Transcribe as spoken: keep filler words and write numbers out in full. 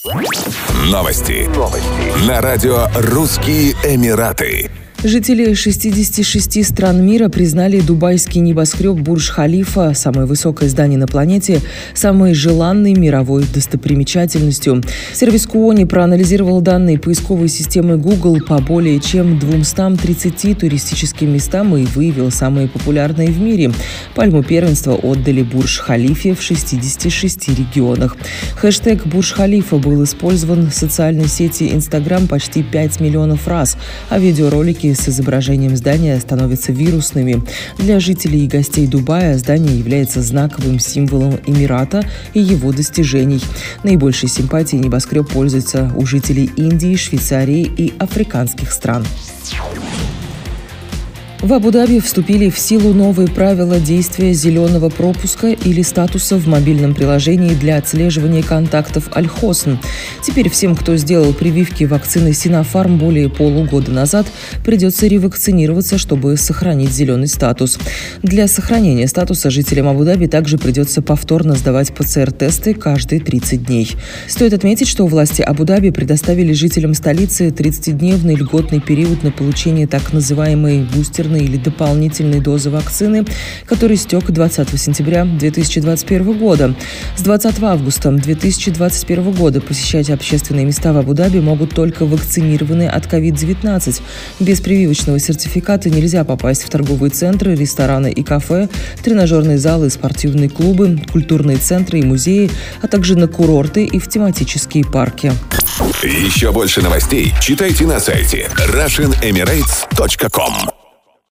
Новости. Новости. На радио «Русские Эмираты». Жители шестидесяти шести стран мира признали дубайский небоскреб Бурдж-Халифа, самое высокое здание на планете, самой желанной мировой достопримечательностью. Сервис Куони проанализировал данные поисковой системы Google по более чем двумстам тридцати туристическим местам и выявил самые популярные в мире. Пальму первенства отдали Бурдж-Халифе в шестидесяти шести регионах. Хэштег Бурдж-Халифа был использован в социальной сети Instagram почти пять миллионов раз, а видеоролики с изображением здания становятся вирусными. Для жителей и гостей Дубая здание является знаковым символом Эмирата и его достижений. Наибольшей симпатией небоскреб пользуется у жителей Индии, Швейцарии и африканских стран. В Абу-Даби вступили в силу новые правила действия зеленого пропуска или статуса в мобильном приложении для отслеживания контактов Аль-Хосн. Теперь всем, кто сделал прививки вакцины Синофарм более полугода назад, придется ревакцинироваться, чтобы сохранить зеленый статус. Для сохранения статуса жителям Абу-Даби также придется повторно сдавать ПЦР-тесты каждые тридцать дней. Стоит отметить, что власти Абу-Даби предоставили жителям столицы тридцатидневный льготный период на получение так называемой бустерной или дополнительной дозы вакцины, который истек двадцатого сентября две тысячи двадцать первого года. С двадцатого августа две тысячи двадцать первого года посещать общественные места в Абу-Даби могут только вакцинированные от ковид девятнадцать. Без прививочного сертификата нельзя попасть в торговые центры, рестораны и кафе, тренажерные залы, спортивные клубы, культурные центры и музеи, а также на курорты и в тематические парки. Еще больше новостей читайте на сайте Russian Emirates точка ком.